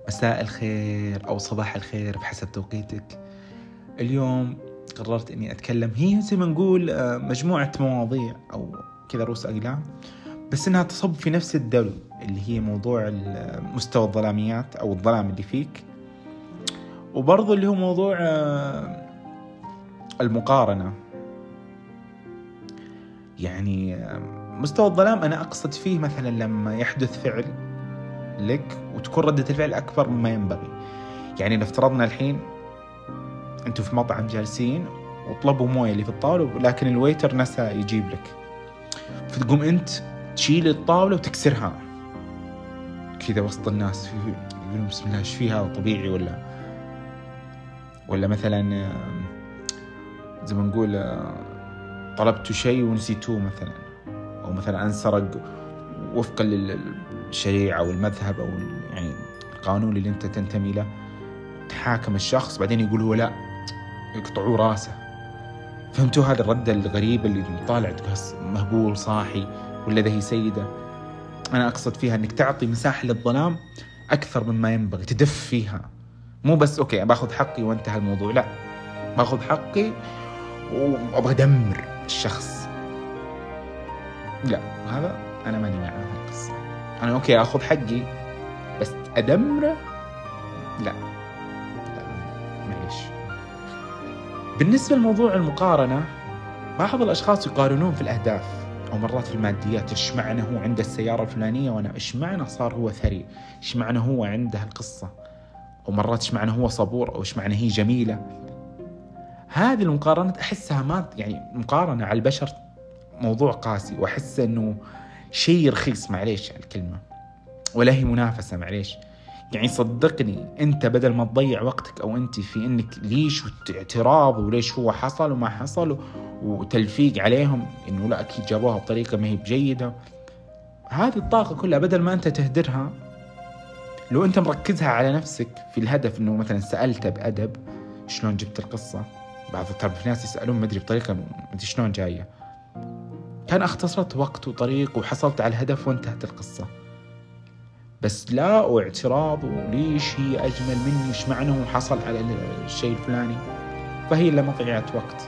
مساء الخير أو صباح الخير بحسب توقيتك. اليوم قررت أني أتكلم، هي زي ما نقول مجموعة مواضيع أو كذا رؤوس أقلام، بس أنها تصب في نفس الدلو اللي هي موضوع مستوى الظلاميات أو الظلام اللي فيك، وبرضو اللي هو موضوع المقارنة. يعني مستوى الظلام أنا أقصد فيه مثلا لما يحدث فعل لك وتكون ردة الفعل أكبر مما ينبغي. يعني نفترضنا الحين أنتوا في مطعم جالسين وطلبوا موية اللي في الطاولة، لكن الويتر نسى يجيب لك، فتقوم أنت تشيل الطاولة وتكسرها كذا وسط الناس، يقولون بسم الله إيش فيها طبيعي ولا مثلا زي ما نقول طلبتوا شيء ونسيتوه مثلا، أو مثلا انسرق وفقا للشريعة أو المذهب أو يعني القانون اللي أنت تنتمي له، تحاكم الشخص بعدين يقول هو لا يقطعوا راسه. فهمتوا هذا الرد الغريب اللي طالع مهبول صاحي ولا ذا هي سيدة؟ أنا أقصد فيها أنك تعطي مساحة للظلام أكثر مما ينبغي، تدف فيها، مو بس أوكي باخذ حقي وانتهى الموضوع، لا باخذ حقي وأبغى أدمر الشخص. لا، هذا أنا ماني مع هذه القصة. أنا أوكي أخذ حقي بس أدمره لا معليش. بالنسبة لموضوع المقارنة، بعض الأشخاص يقارنون في الأهداف أو مرات في الماديات. إيش معنى هو عنده السيارة الفلانية وأنا إيش معنى صار هو ثري؟ إيش معنى هو عنده القصة؟ أو مرات إيش معنى هو صبور؟ أو إيش معنى هي جميلة؟ هذه المقارنة أحسها ما يعني مقارنة على البشر موضوع قاسي، وأحس إنه شيء رخيص، معليش على الكلمة، ولا هي منافسة، معليش. يعني صدقني أنت بدل ما تضيع وقتك أو أنت في إنك ليش واعتراض وليش هو حصل وما حصل وتلفيق عليهم إنه لا أكيد جابوها بطريقة ما هي بجيدة، هذه الطاقة كلها بدل ما أنت تهدرها لو أنت مركزها على نفسك في الهدف، إنه مثلا سألته بأدب شلون جبت القصة. بعض تعرف ناس يسألون ما أدري بطريقة ما أدري شلون جاية، كان اختصرت وقت وطريق وحصلت على الهدف وانتهت القصة. بس لا واعتراض وليش هي أجمل مني وش معنى هو حصل على الشيء الفلاني، فهي إلا مضيعة وقت.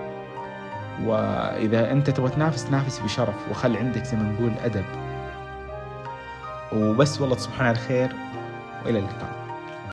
وإذا أنت تبغى تنافس، نافس بشرف وخل عندك زي ما نقول أدب وبس. والله تصبحون على خير وإلى اللقاء.